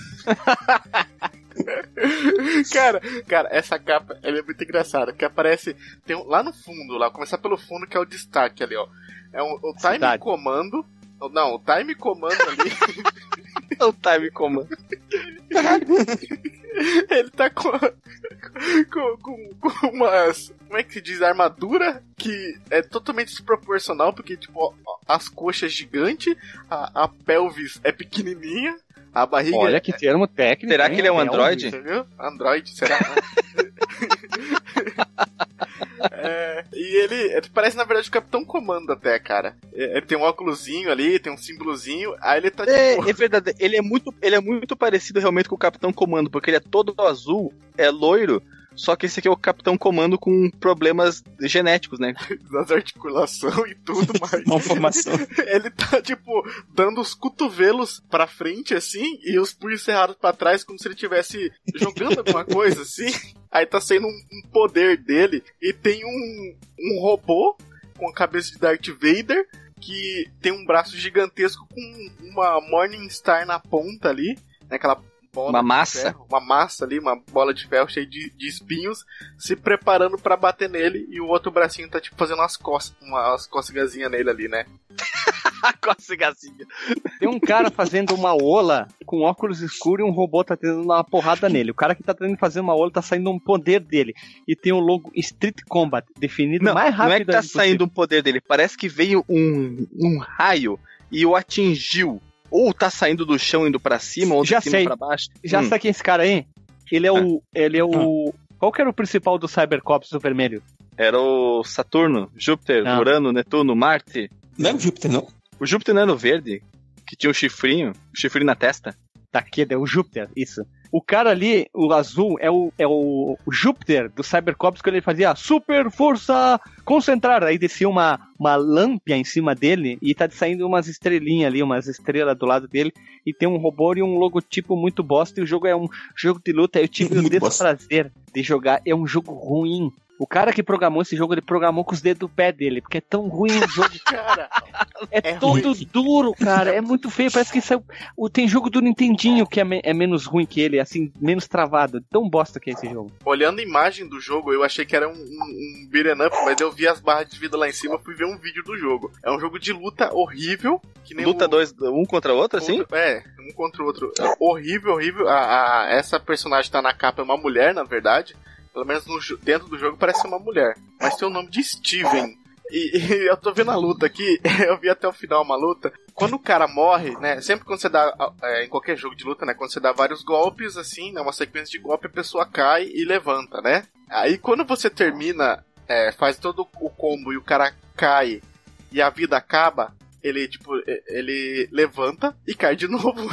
cara, cara, essa capa ela é muito engraçada, que aparece tem um- lá no fundo, lá, começar pelo fundo, que é o destaque ali, ó. É um, o time Cidade. comando. Não, o time comando ali. É o time comando. Ele tá com, com, com, com umas. Como é que se diz? Armadura que é totalmente desproporcional, porque, tipo, ó, as coxas gigantes, a, a pelvis é pequenininha, a barriga. Olha que termo técnico. Será hein? que ele é um É androide? Você viu? Android, será? É, e ele, ele parece, na verdade, o Capitão Comando até, cara. Ele tem um óculosinho ali, tem um símbolozinho, aí ele tá É, tipo... é verdade, ele é, muito, ele é muito parecido realmente com o Capitão Comando, porque ele é todo azul, é loiro, só que esse aqui é o Capitão Comando com problemas genéticos, né? das articulações e tudo mais. Malformação. Ele tá, tipo, dando os cotovelos pra frente, assim, e os punhos cerrados pra trás, como se ele estivesse jogando alguma coisa, assim. Aí tá saindo um, um poder dele, e tem um, um robô com a cabeça de Darth Vader, que tem um braço gigantesco com uma Morningstar na ponta ali, né, aquela bola Uma de massa. ferro, uma massa ali, uma bola de ferro cheia de, de espinhos, se preparando pra bater nele, e o outro bracinho tá, tipo, fazendo umas costas, umas cócegazinhas nele ali, né. A cocegazinha. Tem um cara fazendo uma ola com óculos escuros e um robô tá tentando dar uma porrada nele. O cara que tá tentando fazer uma ola tá saindo um poder dele. E tem o logo Street Combat definido Não, mais rápido. não é que tá possível. saindo um poder dele, parece que veio um, um raio e o atingiu. Ou tá saindo do chão indo pra cima, ou de Já cima sei. pra baixo. Já Hum. sabe quem é esse cara aí? Ele é o. Ele é o. Qual que era o principal do Cybercops do vermelho? Era o Saturno, Júpiter, Não. Urano, Netuno, Marte. Não é o Júpiter, não? O Júpiter não era o verde? Que tinha um chifrinho, um chifrinho na testa? Daqui, é o Júpiter, isso. O cara ali, o azul, é o, é o, o Júpiter do Cybercops, quando ele fazia super força concentrar. Aí descia uma, uma lâmpia em cima dele e tá saindo umas estrelinhas ali, umas estrelas do lado dele. E tem um robô e um logotipo muito bosta. E o jogo é um jogo de luta. Eu tive o Muito bosta. desprazer de jogar. É um jogo ruim. O cara que programou esse jogo, ele programou com os dedos do pé dele, porque é tão ruim o jogo. Cara, É, É todo ruim. duro, cara. É muito feio. Parece que saiu... o tem jogo do Nintendinho que é, me- é menos ruim que ele, assim, menos travado. Tão bosta que é esse jogo. olhando a imagem do jogo, eu achei que era um, um, um beat'em up, mas eu vi as barras de vida lá em cima, fui ver um vídeo do jogo. É um jogo de luta horrível, que nem Luta o... dois, um contra o outro, assim? Outro- É, um contra o outro. É horrível, horrível. A, a- essa personagem tá na capa, é uma mulher, na verdade. Pelo menos no jo- dentro do jogo parece ser uma mulher. Mas tem o nome de Steven. E, e eu tô vendo a luta aqui, eu vi até o final uma luta. Quando o cara morre, né? Sempre quando você dá, é, em qualquer jogo de luta, né? Quando você dá vários golpes, assim, né? Uma sequência de golpes, a pessoa cai e levanta, né? Aí quando você termina, é, faz todo o combo e o cara cai e a vida acaba, ele, tipo, ele levanta e cai de novo.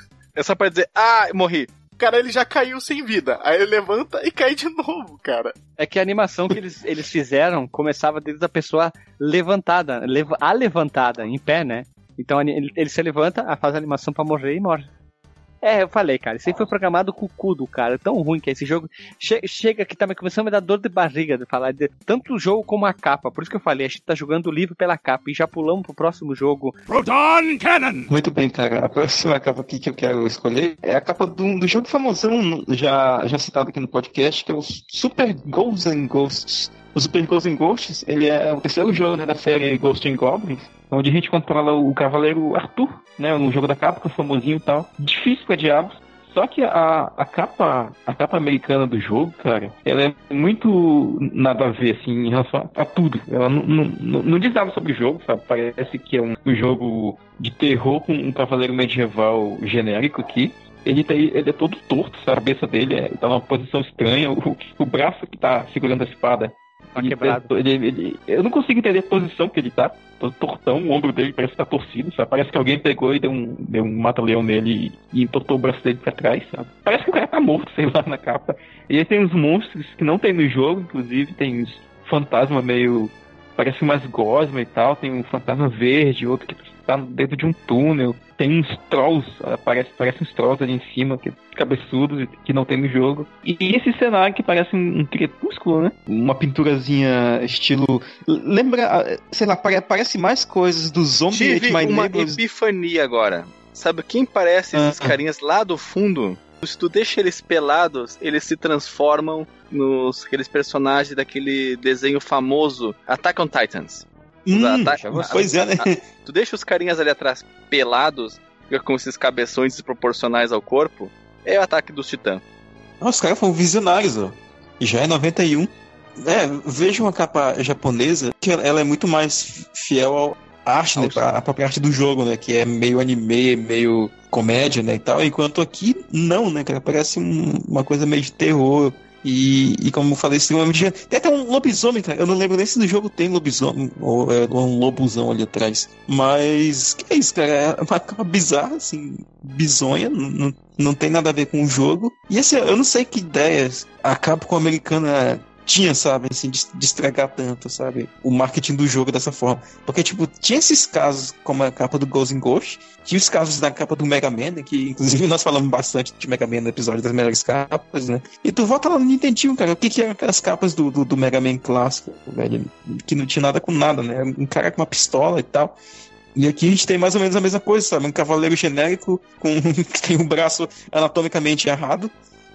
É só pra dizer, ah, morri. Cara, ele já caiu sem vida. Aí ele levanta e cai de novo, cara. É que a animação que eles, eles fizeram começava desde a pessoa levantada, lev- a levantada, em pé, né? Então ele, ele se levanta, faz a animação pra morrer e morre. É, eu falei, cara, isso aí foi programado com o cu do cara. É tão ruim que é esse jogo. Che- chega que tá me começando a me dar dor de barriga de falar de tanto o jogo como a capa. Por isso que eu falei, a gente tá jogando o livro pela capa. E já pulamos pro próximo jogo. Proton Cannon! Muito bem, cara. A próxima capa aqui que eu quero escolher é a capa do, do jogo famosão, já, já citado aqui no podcast, que é o Super Ghosts and Ghosts. O Super Ghosts and Ghosts, ele é o terceiro jogo, né, da série Ghosts and Goblins, onde a gente controla o Cavaleiro Arthur, né, no jogo da capa, que é famosinho e tal. Difícil pra diabos. Só que a, a capa a capa americana do jogo, cara, ela é muito nada a ver, assim, em relação a, a tudo. Ela não, não, não, não diz nada sobre o jogo, sabe? Parece que é um, um jogo de terror com um cavaleiro medieval genérico aqui. Ele, tá, ele é todo torto, sabe? A cabeça dele é, tá numa posição estranha. O, o braço que tá segurando a espada, Tá ele, quebrado. ele, ele, eu não consigo entender a posição que ele tá. Todo tortão, o ombro dele parece que tá torcido, sabe? Parece que alguém pegou e deu um, deu um mata-leão nele e, e entortou o braço dele pra trás, sabe? Parece que o cara tá morto, sei lá, na capa. E aí tem uns monstros que não tem no jogo, inclusive, tem uns fantasma meio... Parece umas gosmas e tal, tem um fantasma verde, outro que tá dentro de um túnel. Tem uns trolls, parece, parece uns trolls ali em cima, que, cabeçudos, que não tem no jogo. E esse cenário que parece um, um crepúsculo, né? Uma pinturazinha estilo... Lembra, sei lá, pare, parece mais coisas do Zombie Tive Ate My uma Neighbors. epifania agora. Sabe quem parece esses Ah, ah. carinhas lá do fundo? Se tu deixa eles pelados, eles se transformam nos aqueles personagens daquele desenho famoso Attack on Titans. Hum, Ata- pois é, né? Tu deixa os carinhas ali atrás pelados, com esses cabeções desproporcionais ao corpo, é o ataque dos titãs. Nossa, os caras foram visionários, ó. Já é noventa e um. É, veja uma capa japonesa, que ela é muito mais fiel ao arte, né? A própria arte do jogo, né? Que é meio anime, meio comédia, né? E tal. Enquanto aqui, não, né, cara? Parece um- uma coisa meio de terror. E, e como eu falei, extremamente... Tem até um lobisomem, cara. Eu não lembro nem se no jogo tem lobisomem ou é um lobuzão ali atrás. Mas, que é isso, cara? É uma capa bizarra, assim, bizonha. Não, não, não tem nada a ver com o jogo. E assim, eu não sei que ideias a Capcom americana tinha, sabe? Assim, de, de estragar tanto, sabe? O marketing do jogo dessa forma. Porque, tipo, tinha esses casos como a capa do Ghosts and Ghosts. Tinha os casos da capa do Mega Man, né, que inclusive nós falamos bastante de Mega Man no episódio das melhores capas, né? E tu volta lá no Nintendinho, cara, o que que eram aquelas capas do, do, do Mega Man clássico, velho? Que não tinha nada com nada, né? Um cara com uma pistola e tal. E aqui a gente tem mais ou menos a mesma coisa, sabe? Um cavaleiro genérico com que tem um braço anatomicamente errado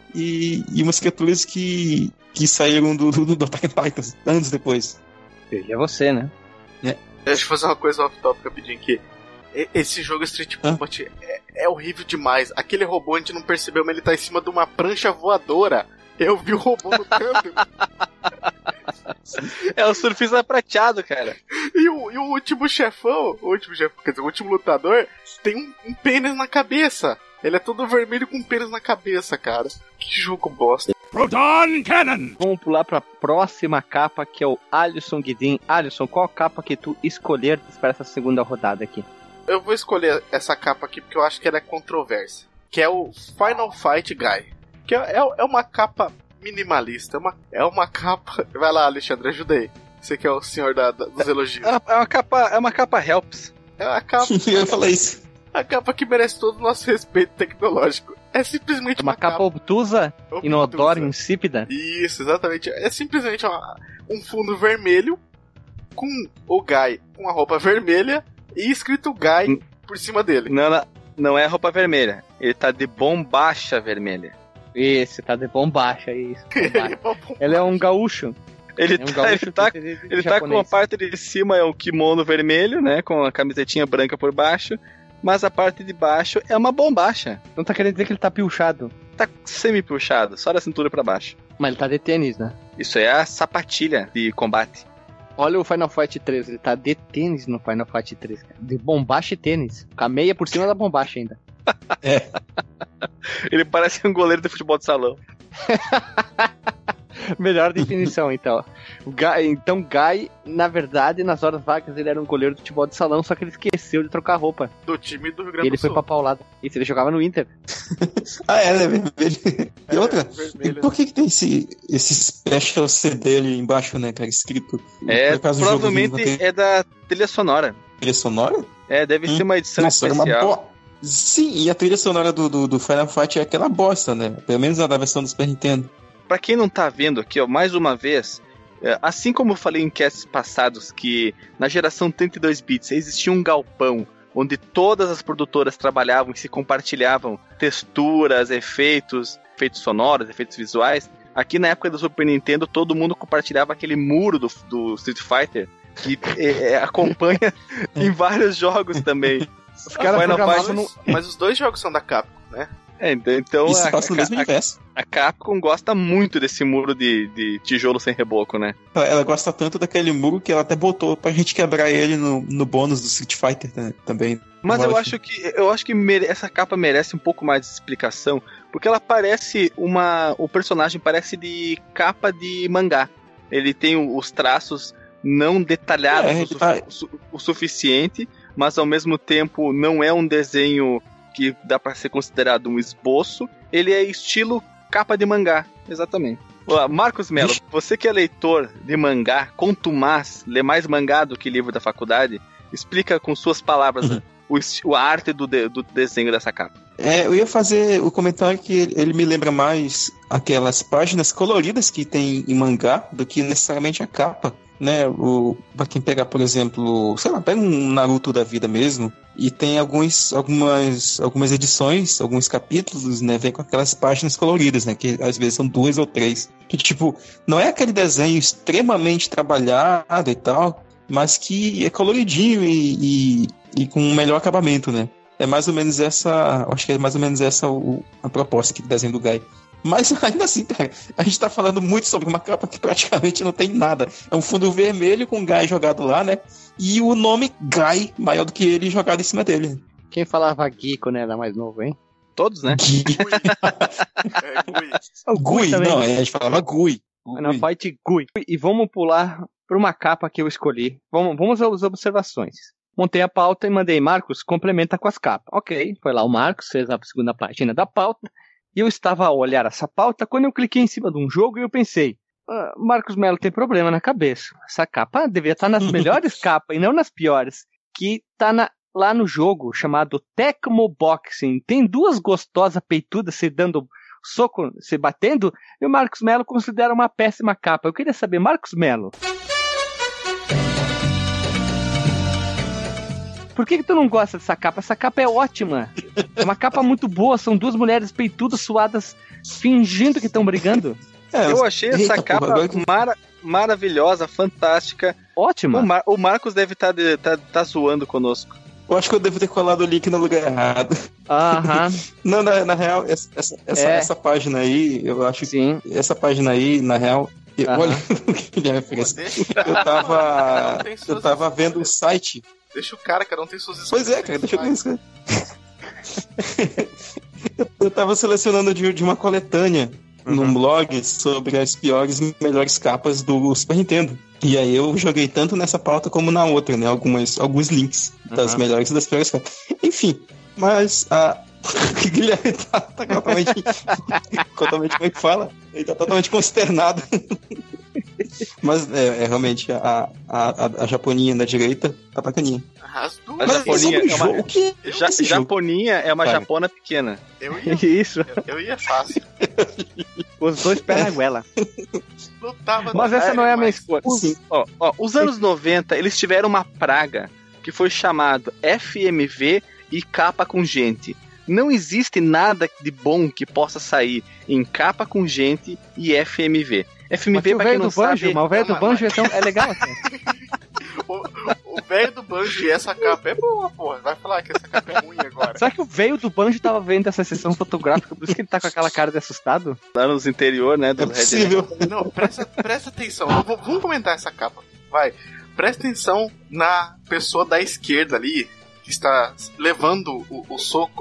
e, e umas criaturas que, que saíram do, do, do Attack on Titans anos depois. É você, né? Deixa eu fazer uma coisa off-top rapidinho aqui. E- Esse jogo Street Combat é, é horrível demais. Aquele robô a gente não percebeu, mas ele tá em cima de uma prancha voadora. Eu vi o robô lutando. É o surfista prateado, cara. E o, e o último chefão, o último chefão, quer dizer, o último lutador, tem um, um pênis na cabeça. Ele é todo vermelho com pênis na cabeça, cara. Que jogo bosta. Proton Cannon! Vamos pular pra próxima capa, que é o Alisson Guidin. Alisson, qual a capa que tu escolher para essa segunda rodada aqui? Eu vou escolher essa capa aqui porque eu acho que ela é controversa. Que é o Final Fight Guy. Que é, é, é uma capa minimalista. É uma, é uma capa... Vai lá, Alexandre, ajuda aí. Você que é o senhor da, da, dos elogios. É uma, é uma capa, é uma capa helps. É uma capa... Eu ia falar isso. A capa que merece todo o nosso respeito tecnológico. É simplesmente Uma uma, capa obtusa, inodora, obtusa. insípida. Isso, exatamente. É simplesmente uma- um fundo vermelho com o Guy com a roupa vermelha e escrito Guy por cima dele. Não, não, não é roupa vermelha. Ele tá de bombacha vermelha. Esse, tá de bombacha, isso. Bombacha. Ele é um gaúcho. Ele É um tá, gaúcho ele tá, de- de- de ele tá com a japonês. parte de cima é um kimono vermelho, né? Com a camisetinha branca por baixo. Mas a parte de baixo é uma bombacha. Não tá querendo dizer que ele tá pilchado. Tá semi-puxado, só da cintura pra baixo. Mas ele tá de tênis, né? Isso é a sapatilha de combate. Olha o Final Fight três, ele tá de tênis no Final Fight três, cara. De bombacha e tênis. Com a meia por cima da bombacha ainda. Ele parece um goleiro de futebol de salão. Melhor definição, então. O Guy, então, Guy, na verdade, nas horas vagas, ele era um goleiro de futebol de salão, só que ele esqueceu de trocar roupa. Do time do Rio E Grande ele do foi Sul. pra paulada. Isso, ele jogava no Inter. Ah, é, né? Vermelho. E outra, vermelho, e por que que tem esse, esse special C D ali embaixo, né, cara, escrito? É, Por acaso o jogo provavelmente não tem é da trilha sonora. trilha sonora? É, deve ser uma edição Nossa, era uma especial. bo... Sim, e a trilha sonora do, do, do Final Fight é aquela bosta, né? Pelo menos a da versão do Super Nintendo. Pra quem não tá vendo aqui, ó, mais uma vez, é, assim como eu falei em casts passados que na geração trinta e dois bits existia um galpão onde todas as produtoras trabalhavam e se compartilhavam texturas, efeitos, efeitos sonoros, efeitos visuais, aqui na época do Super Nintendo todo mundo compartilhava aquele muro do, do Street Fighter que é, é, acompanha em vários jogos também. Os caras Final programavam Fight no... Mas os dois jogos são da Capcom, né? É, então, então Isso a, passa no a, mesmo a, universo. a Capcom gosta muito desse muro de, de tijolo sem reboco, né? Ela, ela gosta tanto daquele muro que ela até botou pra gente quebrar ele no, no bônus do Street Fighter, né, também. Mas eu Ótimo. acho que eu acho que mere- essa capa merece um pouco mais de explicação, porque ela parece uma, o personagem parece de capa de mangá. Ele tem o- os traços não detalhados É, o, ele su- tá- su- o suficiente, mas ao mesmo tempo não é um desenho que dá pra ser considerado um esboço. Ele é estilo capa de mangá, exatamente. Ó, Marcos Mello, Ixi. você que é leitor de mangá, contumaz, lê mais mangá do que livro da faculdade, explica com suas palavras Uhum. o, esti- a arte do, de- do desenho dessa capa. É, eu ia fazer o comentário que ele, ele me lembra mais aquelas páginas coloridas que tem em mangá do que necessariamente a capa, né? O, pra quem pegar, por exemplo, sei lá, pega um Naruto da vida mesmo e tem alguns, algumas, algumas edições, alguns capítulos, né? Vem com aquelas páginas coloridas, né? Que às vezes são duas ou três. Que, tipo, não é aquele desenho extremamente trabalhado e tal, mas que é coloridinho e, e, e com um melhor acabamento, né? É mais ou menos essa, acho que é mais ou menos essa o, a proposta aqui do desenho do Guy. Mas ainda assim, cara, a gente tá falando muito sobre uma capa que praticamente não tem nada. É um fundo vermelho com o Guy jogado lá, né? E o nome Guy maior do que ele jogado em cima dele. Quem falava Gui quando era mais novo, hein? Todos, né? Gui. É, Gui. O Gui, também. não, a gente falava Gui. Final Fight Gui. E vamos pular para uma capa que eu escolhi. Vamos, vamos às observações. Montei a pauta e mandei, Marcos, complementa com as capas. Ok, foi lá o Marcos, fez a segunda página da pauta. E eu estava a olhar essa pauta quando eu cliquei em cima de um jogo e eu pensei, ah, Marcos Mello tem problema na cabeça. Essa capa deveria estar nas melhores capas e não nas piores. Que tá na, lá no jogo chamado Tecmo Boxing. Tem duas gostosas peitudas se dando soco, se batendo, e o Marcos Mello considera uma péssima capa. Eu queria saber, Marcos Mello, por que que tu não gosta dessa capa? Essa capa é ótima. É uma capa muito boa. São duas mulheres peitudas, suadas, fingindo que estão brigando. É, Eu achei essa eita, capa porra, agora que- mara- maravilhosa, fantástica. Ótima. O, Mar- o Marcos deve estar tá, tá, tá zoando conosco. Eu acho que eu devo ter colado o link no lugar errado. Aham, Não, na, na real, essa, essa, essa, É. essa página aí, eu acho que sim. essa página aí, na real, eu- Aham. olha o que ele referência. Deixa, Eu tava, Não tem eu suas tava vendo o escolhas. site. deixa o cara, cada um tem suas Pois é, cara, deixa eu ver isso. cara. Eu, eu tava selecionando de, de uma coletânea num blog sobre as piores e melhores capas do Super Nintendo. E aí eu joguei tanto nessa pauta como na outra, né? Algumas, alguns links das Uhum. melhores e das piores capas. Enfim, mas a. O Guilherme tá, tá totalmente. totalmente, como é que fala? Ele tá totalmente consternado. Mas é, é realmente a, a, a, a japoninha da direita tá bacaninha. As duas. A Mas japoninha sobre o é uma- jogo, o que é Ja, esse jogo? japoninha é uma Cara. japona pequena. Eu ia, Isso. eu, eu ia fácil. Os dois pés na goela. Lutava Mas no essa sério, não é a minha mas- escolha. Os, ó, ó, os anos noventa, eles tiveram uma praga que foi chamado F M V e capa com gente. Não existe nada de bom que possa sair em capa com gente e F M V. F M Mas V, tinha o pra quem velho não do banjo, sabe... mas o velho do Não, banjo é, tão, é legal até. O o velho do banjo e essa capa é boa, porra. Vai falar que essa capa é ruim agora. Será que o velho do banjo tava vendo essa sessão fotográfica, por isso que ele tá com aquela cara de assustado? Lá nos interior, né, do É Red possível. Não, presta, presta atenção. V- Vamos comentar essa capa. Vai. Presta atenção na pessoa da esquerda ali, que está levando o, o soco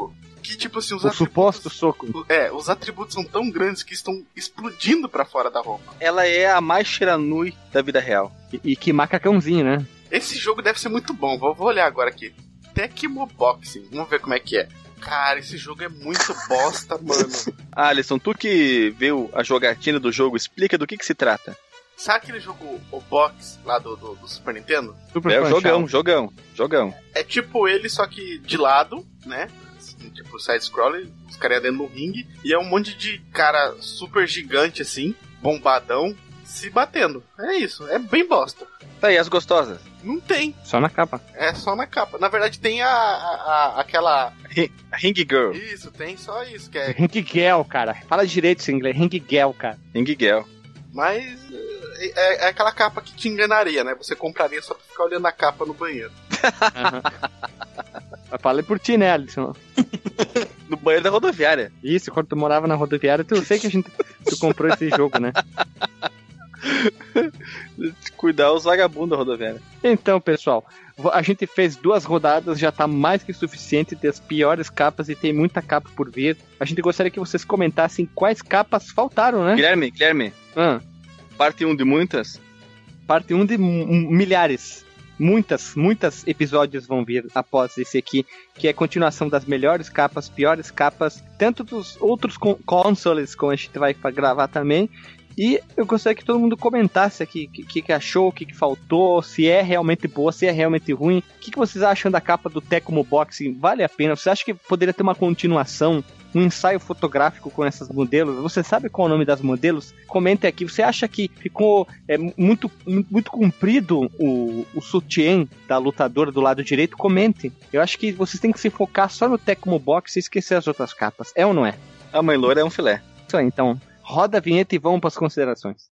que, tipo assim, os O atributos... suposto soco. É, os atributos são tão grandes que estão explodindo pra fora da roupa. Ela é a mais Shiranui da vida real. E, e que macacãozinho, né? Esse jogo deve ser muito bom. Vou, vou olhar agora aqui. Tecmo Boxing. Vamos ver como é que é. Cara, esse jogo é muito bosta, mano. Ah, Alisson, tu que viu a jogatina do jogo, explica do que que se trata. Sabe aquele jogo, o Box, lá do, do, do Super Nintendo? Super É o Punch jogão, Out. jogão, jogão. É tipo ele, só que de lado, né? Assim, tipo side-scroller, os caras dentro do ringue. E é um monte de cara super gigante, assim, bombadão, se batendo. É isso, é bem bosta. Tá aí, as gostosas. Não tem, Só na capa. é só na capa. Na verdade tem a, a, a- aquela... Ring, Ring Girl. Isso, tem só isso, que é... Ring Girl, cara. Fala direito esse inglês. Ring Girl, cara. Ring Girl. Mas é, é- é aquela capa que te enganaria, né? Você compraria só pra ficar olhando a capa no banheiro. Eu falei por ti, né, Alisson? No banheiro da rodoviária. Isso, quando tu morava na rodoviária, tu sei que a gente tu comprou esse jogo, né? Cuidar os vagabundos da rodoviária. Então, pessoal, vo- a gente fez duas rodadas, já tá mais que suficiente das piores capas e tem muita capa por vir. A gente gostaria que vocês comentassem quais capas faltaram, né? Guilherme, Guilherme, Ah, parte um de muitas. parte um de m- m- milhares. Muitas, muitas episódios vão vir após esse aqui, que é a continuação das melhores capas, piores capas, tanto dos outros con- consoles, como a gente vai fa- gravar também. E eu gostaria que todo mundo comentasse aqui o que, que, que achou, o que, que faltou, se é realmente boa, se é realmente ruim. O que, que vocês acham da capa do Tecmo Boxing? Vale a pena? Você acha que poderia ter uma continuação, um ensaio fotográfico com essas modelos? Você sabe qual é o nome das modelos? Comente aqui. Você acha que ficou é, muito, muito comprido o, o sutiã da lutadora do lado direito? Comente. Eu acho que vocês têm que se focar só no Tecmo Boxing e esquecer as outras capas. É ou não é? A mãe loura é um filé. Isso aí, então. Roda a vinheta e vamos para as considerações.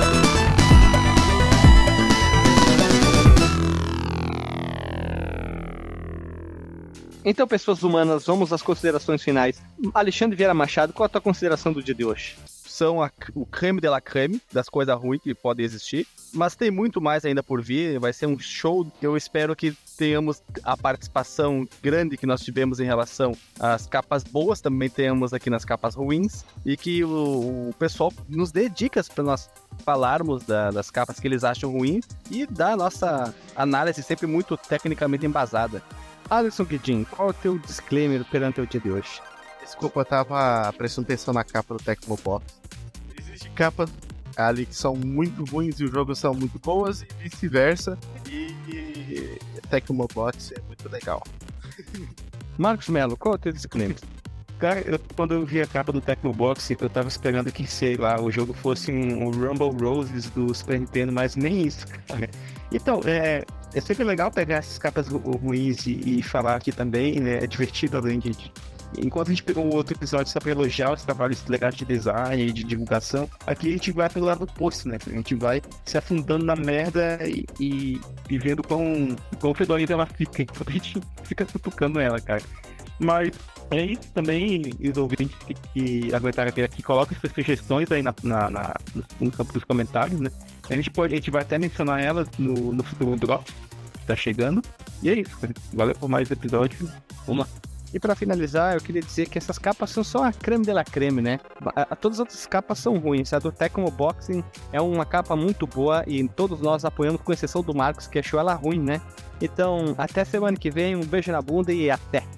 Então, pessoas humanas, vamos às considerações finais. Alexandre Vieira Machado, qual a tua consideração do dia de hoje? São a- o creme de la creme das coisas ruins que podem existir. Mas tem muito mais ainda por vir. Vai ser um show que eu espero que tenhamos a participação grande que nós tivemos em relação às capas boas, também temos aqui nas capas ruins. E que o, o pessoal nos dê dicas para nós falarmos da- das capas que eles acham ruins e dar a nossa análise sempre muito tecnicamente embasada. Alisson Guidin, qual é o teu disclaimer perante o dia de hoje? Desculpa, eu tava prestando atenção na capa do Tecmo Box. Existem capas ali que são muito ruins e os jogos são muito boas e vice-versa. E, e Tecmo Box é muito legal. Marcos Melo, qual é o teu disclaimer? Cara, eu- quando eu vi a capa do Tecmo Box, eu tava esperando que, sei lá, o jogo fosse um, um Rumble Roses do Super Nintendo, mas nem isso, cara. Então, é, é sempre legal pegar essas capas ru- ruins e, e falar aqui também, né? É divertido, além de... de- Enquanto a gente pegou um outro episódio só pra elogiar os trabalhos legais de design e de divulgação, aqui a gente vai pelo lado oposto, né? A gente vai se afundando na merda e, e, e vendo quão, quão fedorenta ela fica, enquanto a gente fica cutucando ela, cara. Mas é isso também, os ouvintes que, que aguentaram até aqui, coloquem suas sugestões aí na, na, na- no, no campo dos comentários, né? A gente, pode, a gente vai até mencionar elas no, no futuro drop, que tá chegando. E é isso, cara. Valeu por mais episódio. Vamos lá. E pra finalizar, eu queria dizer que essas capas são só a creme de la creme, né? A, a- todas as outras capas são ruins. A do Tecmo Boxing é uma capa muito boa e todos nós apoiamos, com exceção do Marcos, que achou ela ruim, né? Então, até semana que vem, um beijo na bunda e até!